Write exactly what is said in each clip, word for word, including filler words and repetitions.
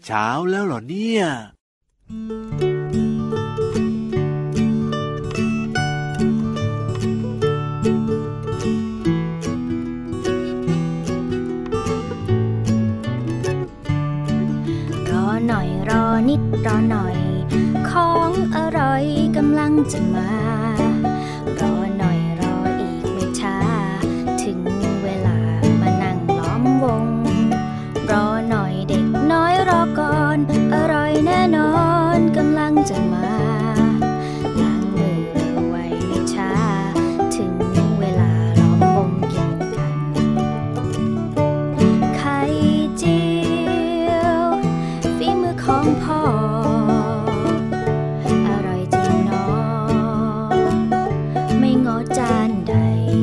เช้าแล้วเหรอเนี่ยรอหน่อยรอนิดรอหน่อยของอร่อยกำลังจะมารอหน่อยรออีกไม่ช้าถึงเวลามานั่งล้อมวงรอหน่อยเด็กน้อยรอก่อนอร่อยแน่นอนกำลังจะมาล้างมือเร็วไวไม่ช้าถึงเวลาล้อมวงกินกันไข่เจียวฝีมือของพ่ออร่อยจริงเนาะไม่งอจานใด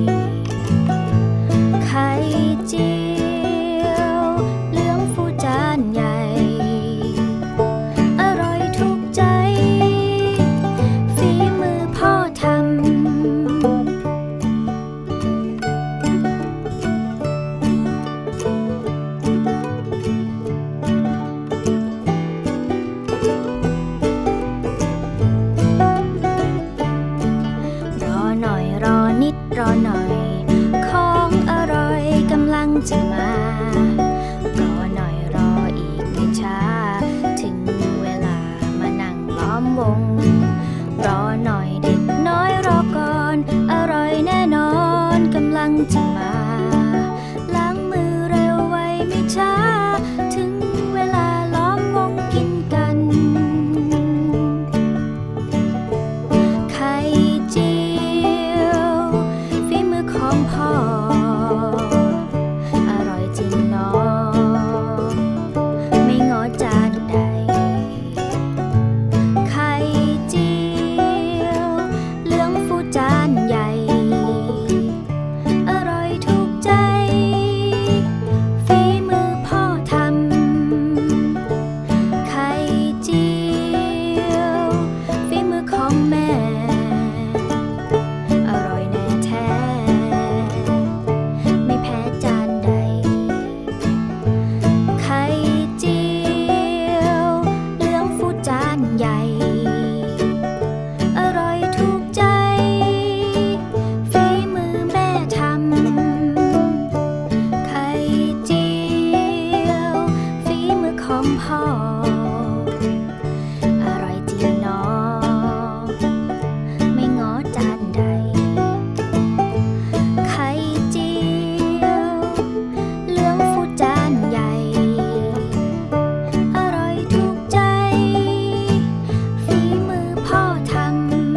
ไข่เจียวเหลืองฟูจานใหญ่อร่อยถูกใจฝีมือพ่อทำรอหน่อยรอนิดรอหน่อยของอร่อยกำลังจะมารอหน่อยรออีกไม่ช้าถึงเวลามานั่งล้อมวงรอหน่อยเด็กน้อยรอก่อนอร่อยแน่นอนกำลังจะมาล้างมือเร็วไวไม่ช้าถึงเวลาล้อมวงกินกันไข่เจียวฝีมือของพ่ออร่อยจริงเนาะไม่งอจานใดไข่เจียวเหลืองฟูจานใหญ่อร่อยถูกใจฝีมือพ่อทำไข่เจียวฝีมือของแม่อร่อยแน่แท้ไม่แพ้จานใดไข่เจียวเหลืองฟูจานใหญ่อร่อยถูกใจฝีมือแม่ทำไข่เจียวฝีมือของพ่ออร่อยจริงเนาะไม่งอจานใดไข่เจียวเหลืองฟูจานใหญ่อร่อยถูกใจฝีมือพ่อทำ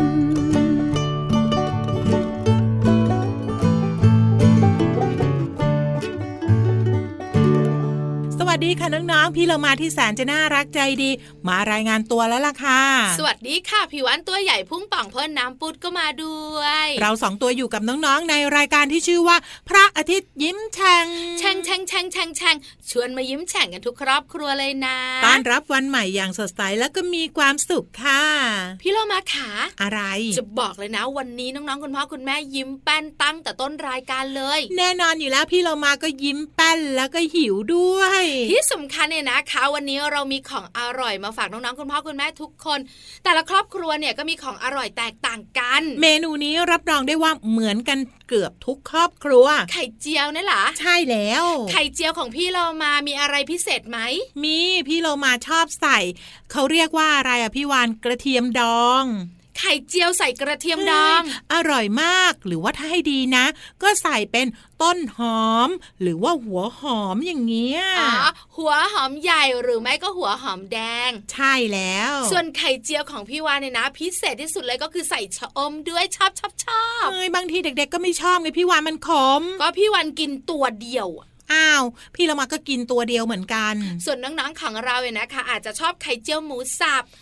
สวัสดีค่ะน้องๆพี่เรามาที่แสนจะน่ารักใจดีมารายงานตัวแล้วล่ะค่ะสวัสดีค่ะผิววันตัวใหญ่พุ่งป่องพ่นน้ำปุดก็มาด้วยเราสองตัวอยู่กับน้องๆในรายการที่ชื่อว่าพระอาทิตย์ยิ้มแฉ่งแฉ่งแฉ่งแฉ่งแฉ่งแฉ่งชวนมายิ้มแฉ่งกันทุกครอบครัวเลยนะต้อนรับวันใหม่อย่างสดใสแล้วก็มีความสุขค่ะพี่เรามาขาอะไรจะบอกเลยนะวันนี้น้องๆคุณพ่อคุณแม่ยิ้มแป้นตั้งแต่ต้นรายการเลยแน่นอนอยู่แล้วพี่เรามาก็ยิ้มแป้นแล้วก็หิวด้วยที่สำคัญเนี่ยนะคะวันนี้เรามีของอร่อยมาฝากน้องๆคุณพ่อคุณแม่ทุกคนแต่ละครอบครัวเนี่ยก็มีของอร่อยแตกต่างกันเมนูนี้รับรองได้ว่าเหมือนกันเกือบทุกครอบครัวไข่เจียวนี่เหรอใช่แล้วไข่เจียวของพี่เรามามีอะไรพิเศษไหมมีพี่เรามาชอบใส่เขาเรียกว่าอะไรอะพี่วานกระเทียมดองไข่เจียวใส่กระเทียมดองอร่อยมากหรือว่าถ้าให้ดีนะก็ใส่เป็นต้นหอมหรือว่าหัวหอมอย่างเงี้ยอ๋อหัวหอมใหญ่หรือไม่ก็หัวหอมแดงใช่แล้วส่วนไข่เจียวของพี่วานเนี่ยนะพิเศษที่สุดเลยก็คือใส่ชะอมด้วยชอบชอบชอบเอ้ยบางทีเด็กๆก็ไม่ชอบไงพี่วานมันขมก็พี่วานกินตัวเดียวอ้าวพี่ละมาก็กินตัวเดียวเหมือนกันส่วนน้องๆของเราเนี่ยนะคะอาจจะชอบไข่เจียวหมูสับ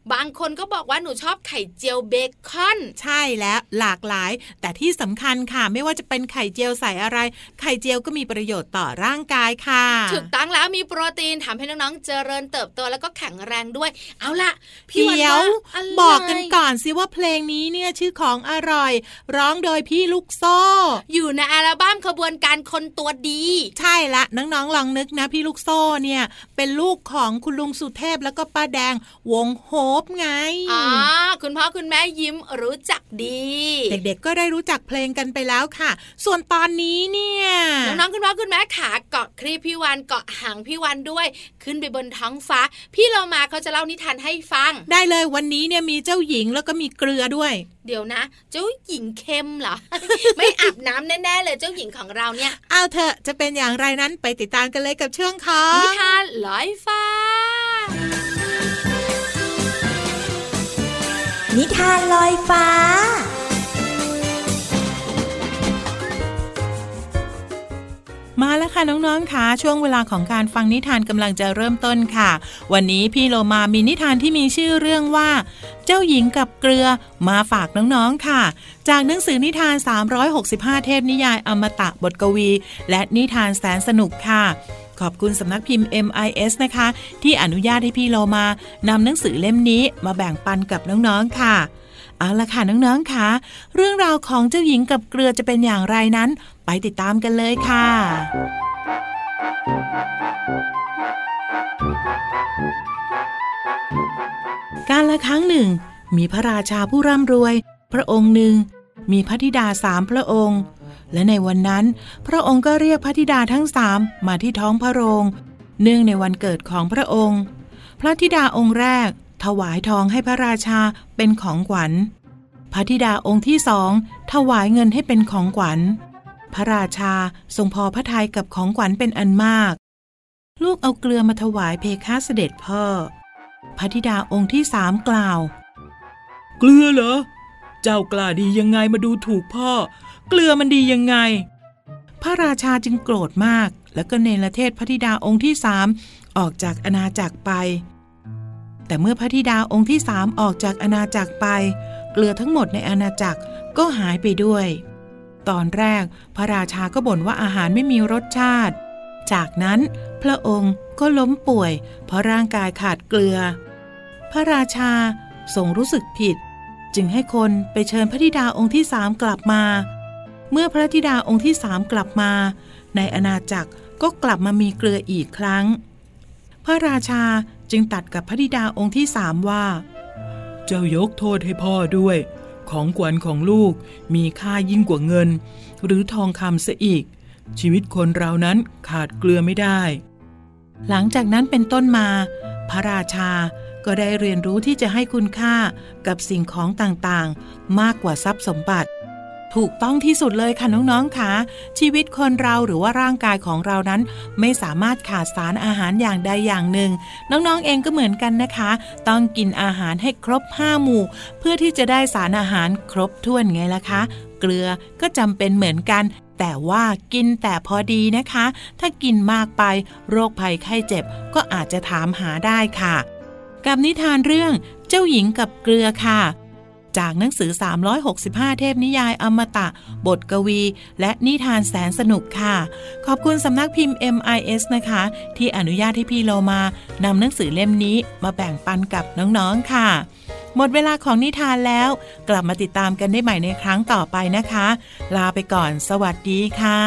บางคนก็บอกว่าหนูชอบไข่เจียวเบคอนใช่แล้วหลากหลายแต่ที่สำคัญค่ะไม่ว่าจะเป็นไข่เจียวใส่อะไรไข่เจียวก็มีประโยชน์ต่อร่างกายค่ะถูกต้องแล้วมีโปรตีนทำให้น้องๆเจริญเติบโตแล้วก็แข็งแรงด้วยเอาล่ะพี่วันว่าบอกกันก่อนสิว่าเพลงนี้เนี่ยชื่อของอร่อยร้องโดยพี่ลูกโซ่อยู่ในอัลบั้มขบวนการคนตัวดีใช่ละน้องๆลองนึกนะพี่ลูกโซ่เนี่ยเป็นลูกของคุณลุงสุเทพแล้วก็ป้าแดงวงโฮปไงอ๋อคุณพ่อคุณแม่ยิ้มรู้จักดีเด็กๆก็ได้รู้จักเพลงกันไปแล้วค่ะส่วนตอนนี้เนี่ยน้องๆคุณพ่อคุณแม่ขาเกาะครีบพี่วันเกาะหางพี่วันด้วยขึ้นไปบนท้องฟ้าพี่เรามาเขาจะเล่านิทานให้ฟังได้เลยวันนี้เนี่ยมีเจ้าหญิงแล้วก็มีเกลือด้วยเดี๋ยวนะเจ้าหญิงเค็มเหรอ ไม่อาบน้ำแน่ๆเลยเจ้าหญิงของเราเนี่ยเอาเถอะจะเป็นอย่างไรนั้นไปติดตามกันเลยกับช่วงของนิทานลอยฟ้านิทานลอยฟ้ามาแล้วค่ะน้องๆค่ะช่วงเวลาของการฟังนิทานกำลังจะเริ่มต้นค่ะวันนี้พี่โลมามีนิทานที่มีชื่อเรื่องว่าเจ้าหญิงกับเกลือมาฝากน้องๆค่ะจากหนังสือนิทานสามร้อยหกสิบห้าเทพนิยายอมตะบทกวีและนิทานแสนสนุกค่ะขอบคุณสำนักพิมพ์ เอ็ม ไอ เอส นะคะที่อนุญาตให้พี่โลมานำหนังสือเล่มนี้มาแบ่งปันกับน้องๆค่ะเอาล่ะค่ะน้องๆค่ะเรื่องราวของเจ้าหญิงกับเกลือจะเป็นอย่างไรนั้นไปติดตามกันเลยค่ะกาลครั้งหนึ่งมีพระราชาผู้ร่ำรวยพระองค์หนึ่งมีพระธิดาสามพระองค์และในวันนั้นพระองค์ก็เรียกพระธิดาทั้งสามมาที่ท้องพระโรงเนื่องในวันเกิดของพระองค์พระธิดาองค์แรกถวายทองให้พระราชาเป็นของขวัญพระธิดาองค์ที่สองถวายเงินให้เป็นของขวัญพระราชาทรงพอพระทัยกับของขวัญเป็นอันมากลูกเอาเกลือมาถวายเพคะเสด็จพ่อพระธิดาองค์ที่สามกล่าวเกลือเหรอเจ้ากล้าดียังไงมาดูถูกพ่อเกลือมันดียังไงพระราชาจึงโกรธมากแล้วก็เนรเทศพระธิดาองค์ที่สามออกจากอาณาจักรไปแต่เมื่อพระธิดาองค์ที่สามออกจากอาณาจักรไปเกลือทั้งหมดในอาณาจักรก็หายไปด้วยตอนแรกพระราชาก็บ่นว่าอาหารไม่มีรสชาติจากนั้นพระองค์ก็ล้มป่วยเพราะร่างกายขาดเกลือพระราชาทรงรู้สึกผิดจึงให้คนไปเชิญพระธิดาองค์ที่สามกลับมาเมื่อพระธิดาองค์ที่สามกลับมาในอาณาจักรก็กลับมามีเกลืออีกครั้งพระราชาจึงตรัสกับพระธิดาองค์ที่สามว่าเจ้ายกโทษให้พ่อด้วยของขวัญของลูกมีค่ายิ่งกว่าเงินหรือทองคำเสียอีกชีวิตคนเรานั้นขาดเกลือไม่ได้หลังจากนั้นเป็นต้นมาพระราชาก็ได้เรียนรู้ที่จะให้คุณค่ากับสิ่งของต่างๆมากกว่าทรัพย์สมบัติถูกต้องที่สุดเลยค่ะน้องๆค่ะชีวิตคนเราหรือว่าร่างกายของเรานั้นไม่สามารถขาดสารอาหารอย่างใดอย่างหนึ่งน้องๆเองก็เหมือนกันนะคะต้องกินอาหารให้ครบห้าหมู่เพื่อที่จะได้สารอาหารครบถ้วนไงล่ะคะเกลือก็จำเป็นเหมือนกันแต่ว่ากินแต่พอดีนะคะถ้ากินมากไปโรคภัยไข้เจ็บก็อาจจะถามหาได้ค่ะกับนิทานเรื่องเจ้าหญิงกับเกลือค่ะจากหนังสือสามร้อยหกสิบห้าเทพนิยายอมตะบทกวีและนิทานแสนสนุกค่ะขอบคุณสำนักพิมพ์ เอ็ม ไอ เอส นะคะที่อนุญาตให้พี่โลมานำหนังสือเล่มนี้มาแบ่งปันกับน้องๆค่ะหมดเวลาของนิทานแล้วกลับมาติดตามกันได้ใหม่ในครั้งต่อไปนะคะลาไปก่อนสวัสดีค่ะ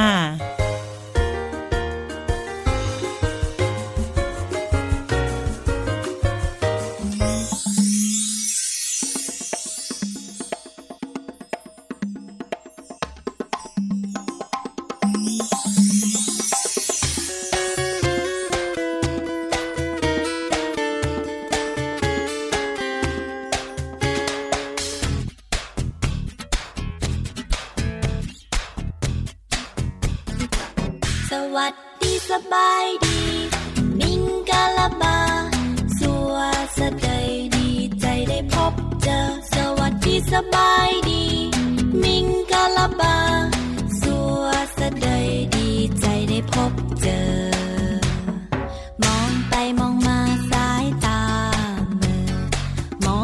สวัสดีสบายดีมิงกะลาบาสัวสะใดดีใจได้พบเจอสวัสดีสบายดีมิงกะลาบาสัวสะใดดีใจได้พบเจอมองไปมองมาสายตาเมื่อมอง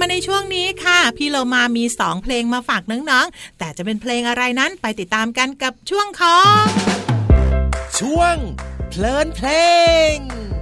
มาในช่วงนี้ค่ะพี่โลมามีสองเพลงมาฝากน้องๆแต่จะเป็นเพลงอะไรนั้นไปติดตามกันกับช่วงของช่วงเพลินเพลง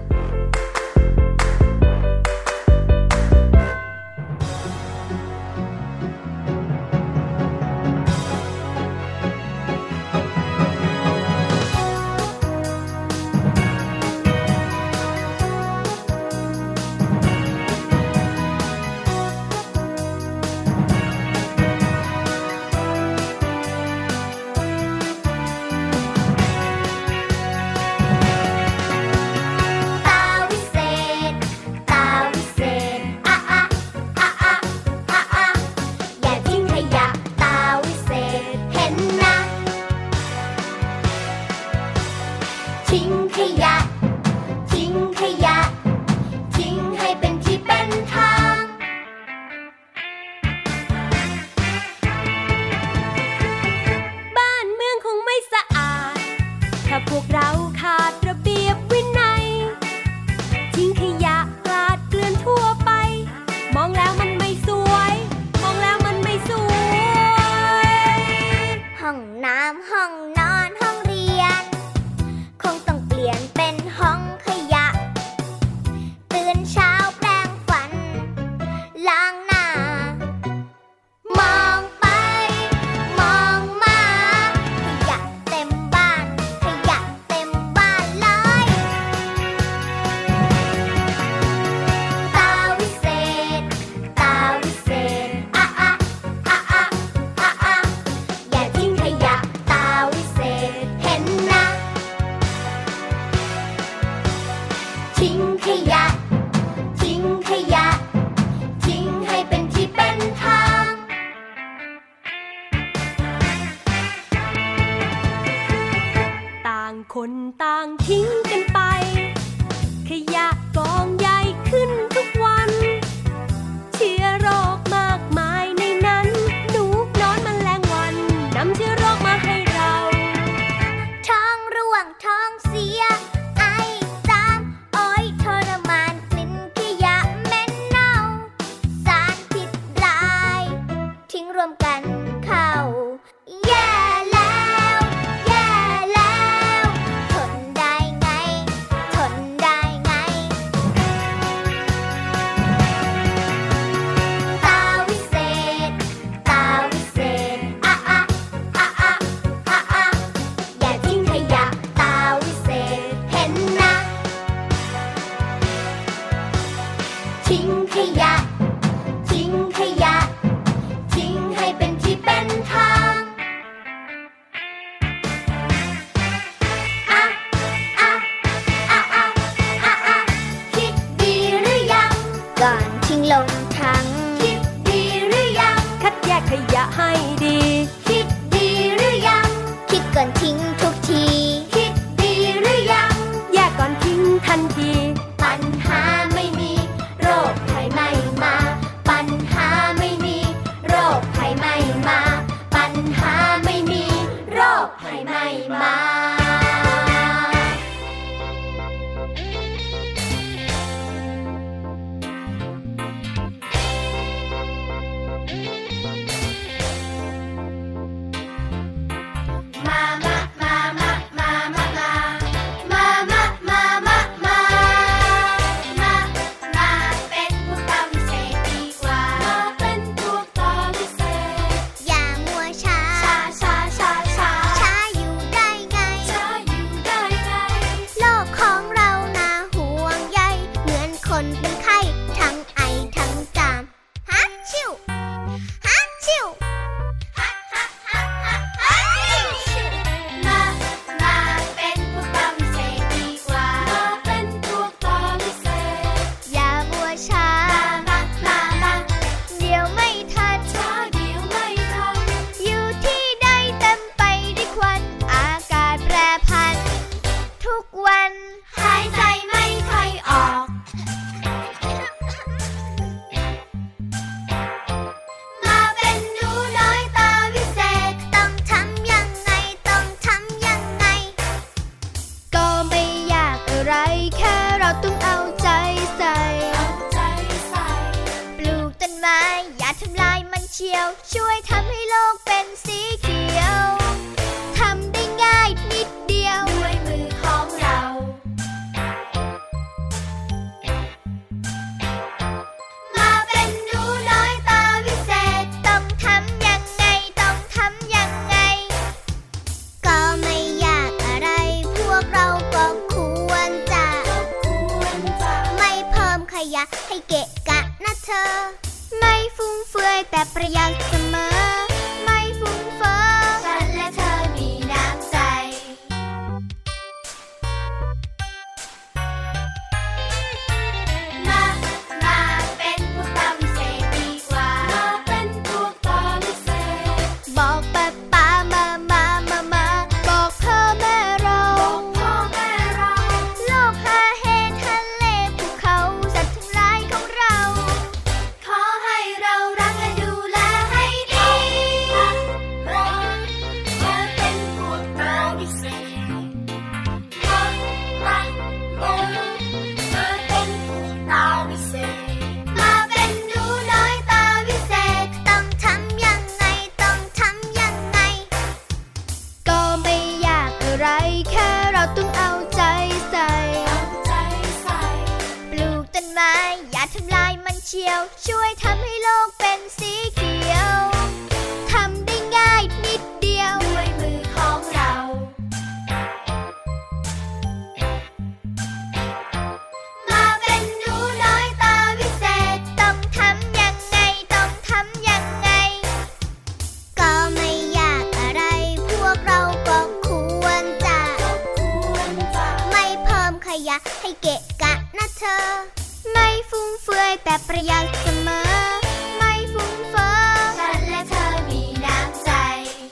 คนต่างทิ้งกันไปขยะกองใหญ่ขึ้นทุกวันเชื้อโรคมากมายในนั้นหนูนอนแมลงวันนำเชื้อโรคมาให้เราท้องร่วงท้องเสียไอจามอ้อยทรมานกลิ่นขยะเหม็นเน่าสารพิษร้ายทิ้งรวมกันเข้าแย่ทชียวช่วยทำให้โลกเป็นสีเขียวทำได้ง่ายนิดเดียวด้วยมือของเรามาเป็นหนูน้อยตาวิเศษต้องทำยังไงต้องทำยังไงก็ไม่ยากอะไรพวกเราก็ควรจะไม่เพิ่มขยะให้เกะกะนะเธอไม่ฟุ่มเฟือยแต่ประหยัดเสมอไม่ฟุ้งเฟ้อฉันและเธอมีน้ำใจมามาเป็นพวกตาวิเศษดีกว่ามาเป็นพวกตาวิเศษบอกป้าป้ามามามามาบอกพ่อแม่เราบอกพ่อแม่เราโลกหาเฮทะเลภูเขาสัตว์ทั้งหลายของเราขอให้เรารักและดูแลให้ดีมามาเป็นพวกตาวิเศษมามามามาเป็นพวกตาวิเศษมาเป็นหนูน้อยตาวิเศษต้องทำยังไงต้องทำยังไงก็ไม่ยากอะไรแค่เราต้องเอาใจใส่ปลูกต้นไม้อย่าทำลายมันเชียวช่วยทำให้โลกเป็นสีเขียวทำได้ง่ายนิดเดียวด้วยมือของเรามาเป็นหนูน้อยตาวิเศษต้องทำยังไงต้องทำยังไงก็ไม่ยากอะไรพวกเราก็ควรจะไม่เพิ่มขยะให้เกะกะนะเธอไม่ฟุ่มเฟือยแต่ประหยัดเสมอไม่ฟุ้งเฟ้อฉันและเธอมีน้ำใจ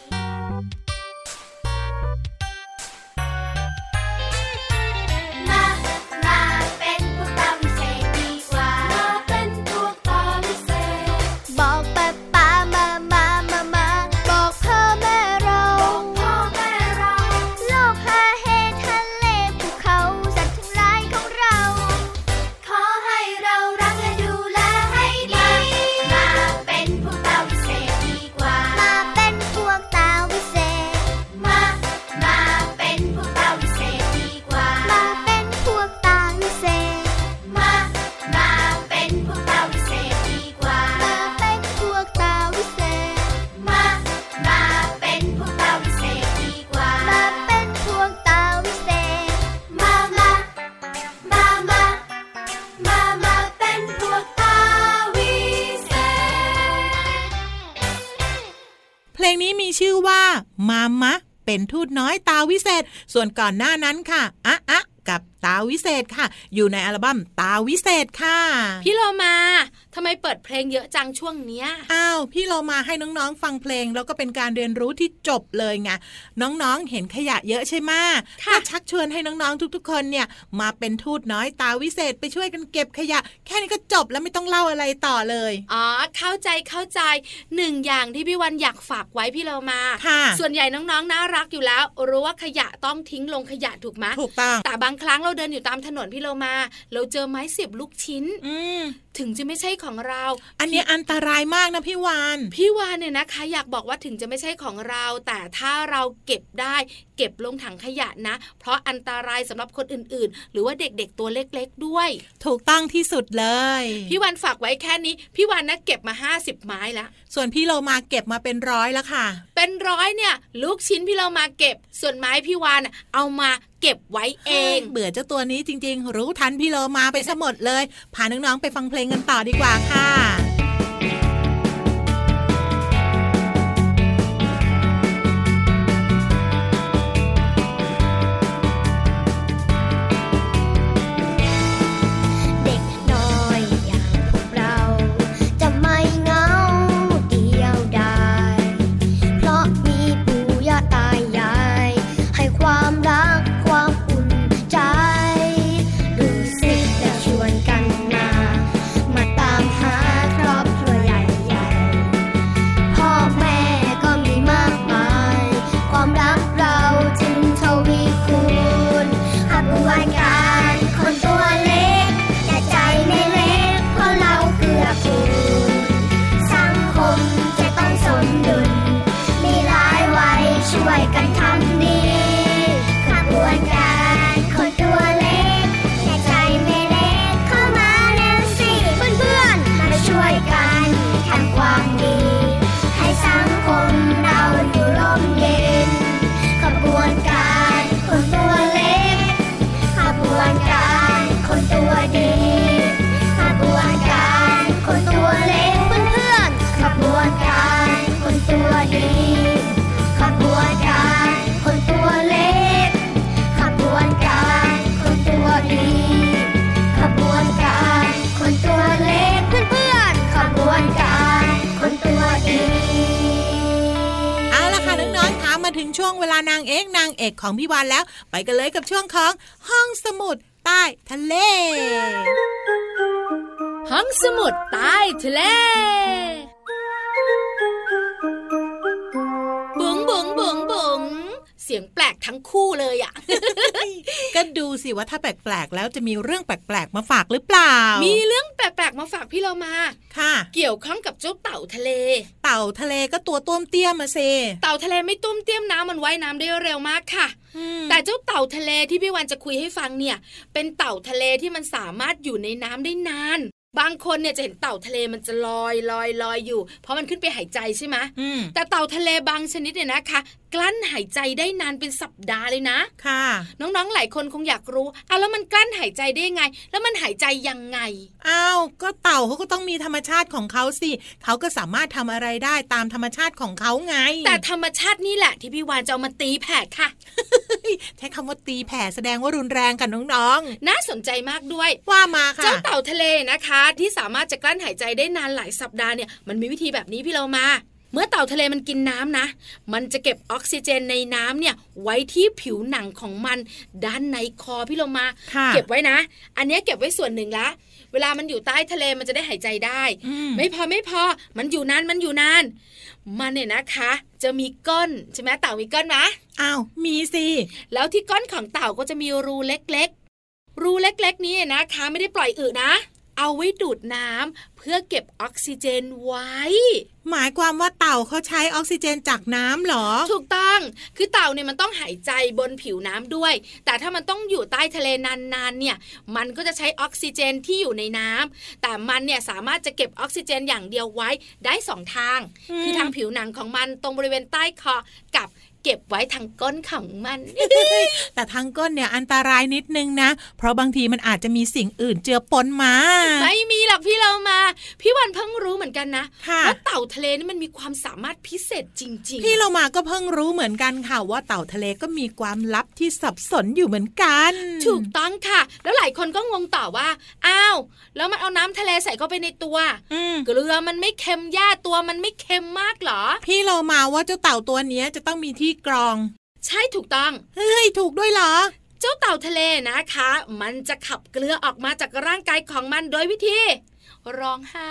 มามาเป็นพวกตาวิเศษดีกว่ามาเป็นพวกตาวิเศษบอกป้าป้ามามามามาบอกพ่อแม่เราบอกพ่อแม่เราโลกหาเฮทะเลภูเขาสัตว์ทั้งหลายของเราขอให้เรารักและดูแลให้ดีมาเป็นพวกตาวิเศษดีกว่ามาเป็นพวกตาวิเศษมามาเป็นพวกตาวิเศษดีกว่ามาเป็นพวกตาวิเศษมามาเป็นพวกตาวิเศษดีกว่ามาเป็นพวกตาวิเศษมามาเป็นพวกตาวิเศษดีกว่ามาเป็นพวกตาวิเศษมามามามามามาเป็นพวกตาวิเศษเพลงนี้มีชื่อว่ามามะเป็นทูตน้อยตาวิเศษส่วนก่อนหน้านั้นค่ะอะอะกับตาวิเศษค่ะอยู่ในอัลบั้มตาวิเศษค่ะพี่โลมาทำไมเปิดเพลงเยอะจังช่วงเนี้ยอ้าวพี่โลมาให้น้องๆฟังเพลงแล้วก็เป็นการเรียนรู้ที่จบเลยไงน้องๆเห็นขยะเยอะใช่ไหมก็ชักชวนให้น้องๆทุกๆคนเนี่ยมาเป็นทูตน้อยตาวิเศษไปช่วยกันเก็บขยะแค่นี้ก็จบแล้วไม่ต้องเล่าอะไรต่อเลยอ๋อเข้าใจเข้าใจหนึ่งอย่างที่พี่วันอยากฝากไว้พี่โลมาส่วนใหญ่น้องๆน่ารักอยู่แล้วรู้ว่าขยะต้องทิ้งลงขยะถูกไหมถูกต้องแต่บางครั้งเราเดินอยู่ตามถนนพี่โลมาเราเจอไม้เสียบลูกชิ้นถึงจะไม่ใช่ของเราอันนี้อันตรายมากนะพี่วานพี่วานเนี่ยนะคะอยากบอกว่าถึงจะไม่ใช่ของเราแต่ถ้าเราเก็บได้เก็บลงถังขยะนะเพราะอันตรายสำหรับคนอื่นๆหรือว่าเด็กๆตัวเล็กๆด้วยถูกต้องที่สุดเลยพี่วานฝากไว้แค่นี้พี่วานนะเก็บมาห้าสิบไม้แล้วส่วนพี่โลมาเก็บมาเป็นร้อยแล้วค่ะเป็นร้อยเนี่ยลูกชิ้นพี่โลมาเก็บส่วนไม้พี่วานเอามาเก็บไว้เองเบื่อเจ้าตัวนี้จริงๆรู้ทันพี่โลมาไปซะหมดเลยพาน้องๆไปฟังเพลงกันต่อดีกว่าค่ะชวนกันมามาตามหาใครช่วยกันทำดีขบวนการคนตัวเล็กแต่ใจไม่เล็กเข้ามาเร็วสิเพื่อนๆมาช่วยกันทำความดีให้สังคมเราอยู่ร่มเย็นขบวนการคนตัวเล็กขบวนการคนตัวดีขบวนการคนตัวเล็กเพื่อนๆขบวนการคนตัวดีขบวนการคนตัวเล็กขบวนการคนตัวดีขบวนการคนตัวเล็กเพื่อนๆขบวนการคนตัวดีเอาล่ะค่ะน้องๆคะมาถึงช่วงเวลานางเอกนางเอกของพี่วานแล้วไปกันเลยกับช่วงของห้องสมุดใต้ทะเลห้องสมุดใต้ทะเลบุ๋งบุ๋งบุ๋งบุ๋งเสียงแปลกทั้งคู่เลยอ่ะก็ดูสิว่าถ้าแปลกๆแล้วจะมีเรื่องแปลกๆมาฝากหรือเปล่ามีเรื่องแปลกๆมาฝากพี่เรามาค่ะเกี่ยวข้องกับเจ้าเต่าทะเลเต่าทะเลก็ตัวต้วมเตี้ยมมาเซเต่าทะเลไม่ต้วมเตี้ยมน้ำมันว่ายน้ำได้เร็วมากค่ะแต่เจ้าเต่าทะเลที่พี่วันจะคุยให้ฟังเนี่ยเป็นเต่าทะเลที่มันสามารถอยู่ในน้ำได้นานบางคนเนี่ยจะเห็นเต่าทะเลมันจะลอยลอยลอยอยู่เพราะมันขึ้นไปหายใจใช่ไหมแต่เต่าทะเลบางชนิดเนี่ยนะคะกลั้นหายใจได้นานเป็นสัปดาห์เลยนะค่ะน้องๆหลายคนคงอยากรู้อ่ะแล้วมันกลั้นหายใจได้ยังไงแล้วมันหายใจยังไงอ้าวก็เต่าเขาก็ต้องมีธรรมชาติของเขาสิเขาก็สามารถทำอะไรได้ตามธรรมชาติของเขาไงแต่ธรรมชาตินี่แหละที่พี่วานจะเอามาตีแผ่ค่ะใช้คำว่าตีแผ่แสดงว่ารุนแรงกันน้องๆน่าสนใจมากด้วยว่ามาค่ะเจ้าเต่าทะเลนะคะที่สามารถจะกลั้นหายใจได้นานหลายสัปดาห์เนี่ยมันมีวิธีแบบนี้พี่เรามาเมื่อเต่าทะเลมันกินน้ำนะมันจะเก็บออกซิเจนในน้ำเนี่ยไว้ที่ผิวหนังของมันด้านในคอพี่เรามาเก็บไว้นะอันนี้เก็บไว้ส่วนหนึ่งละเวลามันอยู่ใต้ทะเลมันจะได้หายใจได้ไม่พอไม่พอมันอยู่นานมันอยู่นานมันเนี่ยนะคะจะมีก้นใช่ไหมเต่ามีก้นไหมอ้าวมีสิแล้วที่ก้นของเต่าก็จะมีรูเล็กๆรูเล็กๆนี้นะคะไม่ได้ปล่อยอึนะเอาไว้ดูดน้ำเพื่อเก็บออกซิเจนไว้หมายความว่าเต่าเขาใช้ออกซิเจนจากน้ำหรอถูกต้องคือเต่าเนี่ยมันต้องหายใจบนผิวน้ำด้วยแต่ถ้ามันต้องอยู่ใต้ทะเลนานๆเนี่ยมันก็จะใช้ออกซิเจนที่อยู่ในน้ำแต่มันเนี่ยสามารถจะเก็บออกซิเจนอย่างเดียวไว้ได้สองทางคือทางผิวหนังของมันตรงบริเวณใต้คอกับเก็บไว้ทางก้นของมันแต่ทางก้นเนี่ยอันตรายนิดนึงนะเพราะบางทีมันอาจจะมีสิ่งอื่นเจือปนมาไม่มีหรอกพี่เรามาพี่วันเพิ่งรู้เหมือนกันนะว่าเต่าทะเลนี่มันมีความสามารถพิเศษจริงๆพี่เรามาก็เพิ่งรู้เหมือนกันค่ะว่าเต่าทะเลก็มีความลับที่สับสนอยู่เหมือนกันถูกต้องค่ะแล้วหลายคนก็งงต่อว่าอ้าวแล้วมันเอาน้ำทะเลใส่เข้าไปในตัวเกลือมันไม่เค็มย่าตัวมันไม่เค็มมากหรอพี่เรามาว่าเจ้าเต่าตัวนี้จะต้องมีที่กรองใช่ถูกต้องเฮ้ยถูกด้วยเหรอเจ้าเต่าทะเลนะคะมันจะขับเกลือออกมาจากร่างกายของมันโดยวิธีร้องไห้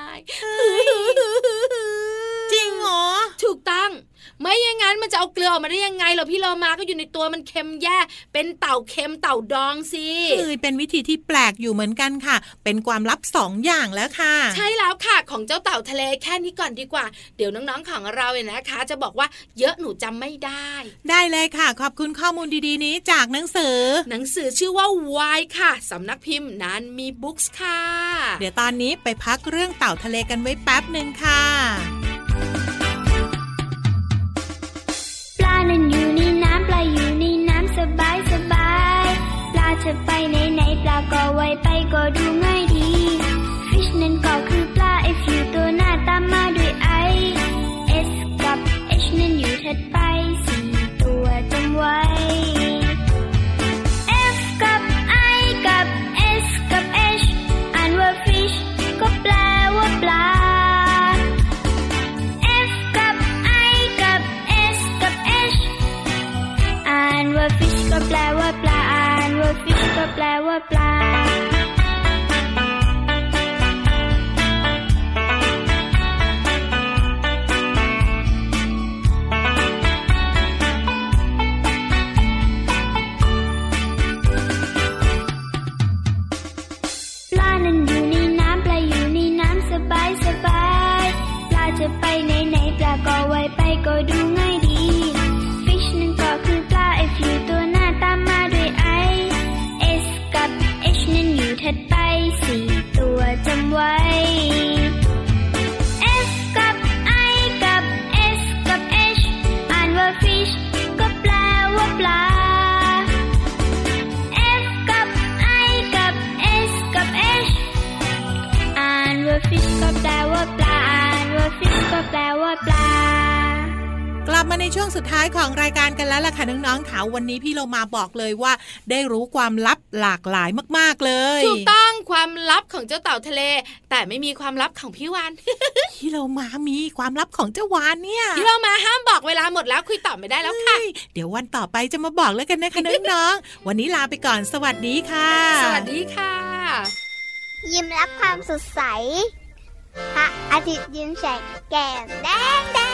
จริงเหรอถูกต้องไม่อย่างนั้นมันจะเอาเกลือออกมาได้ยังไงเหรอพี่โลมาก็อยู่ในตัวมันเค็มแย่เป็นเต่าเค็มเต่าดองสิเออเป็นวิธีที่แปลกอยู่เหมือนกันค่ะเป็นความลับสองอย่างแล้วค่ะใช่แล้วค่ะของเจ้าเต่าทะเลแค่นี้ก่อนดีกว่าเดี๋ยวน้องๆของเราเนี่ยนะคะจะบอกว่าเยอะหนูจำไม่ได้ได้เลยค่ะขอบคุณข้อมูลดีๆนี้จากหนังสือหนังสือชื่อว่า Why ค่ะสำนักพิมพ์นานมีบุ๊กส์ค่ะเดี๋ยวตอนนี้ไปพักเรื่องเต่าทะเลกันไว้แป๊บนึงค่ะปลานั้นอยู่ในน้ำปลาอยู่ในน้ำสบายสบายปลาจะไปไหนไหนปลาก็ไวไปก็ดูง่ายดี Fish นั้นก็คือปลา F อยู่ตัวหน้าตามมาด้วย I S กับ H นั้นอยู่ถัดไปสี่ตัวจำไว้ F กับ I กับ S กับ H อ่านว่า Fish ก็แปลว่าปลาก็แปลว่าปลาอ่านว่า fish ก็แปลว่าปลาปลานั้นอยู่ในน้ำปลาอยู่ในน้ำสบายสบายปลาจะไปไหนไหนปลาก็ไวไปก็ดูง่ายดีช่วงสุดท้ายของรายการกันแล้วล่ะค่ะน้องๆค่ะวันนี้พี่เรามาบอกเลยว่าได้รู้ความลับหลากหลายมากๆเลยถูกต้องความลับของเจ้าเต่าทะเลแต่ไม่มีความลับของพี่วานพี่เรามามีความลับของเจ้าวานเนี่ยพี่เรามาห้ามบอกเวลาหมดแล้วคุยต่อไม่ได้แล้วค่ะเดี๋ยววันต่อไปจะมาบอกแล้วกันนะคะน้องๆ วันนี้ลาไปก่อนสวัสดีค่ะสวัสดีค่ะยิ้มรับความสดใสพระอาทิตย์ยิ้มแฉกแก้มแดงแดง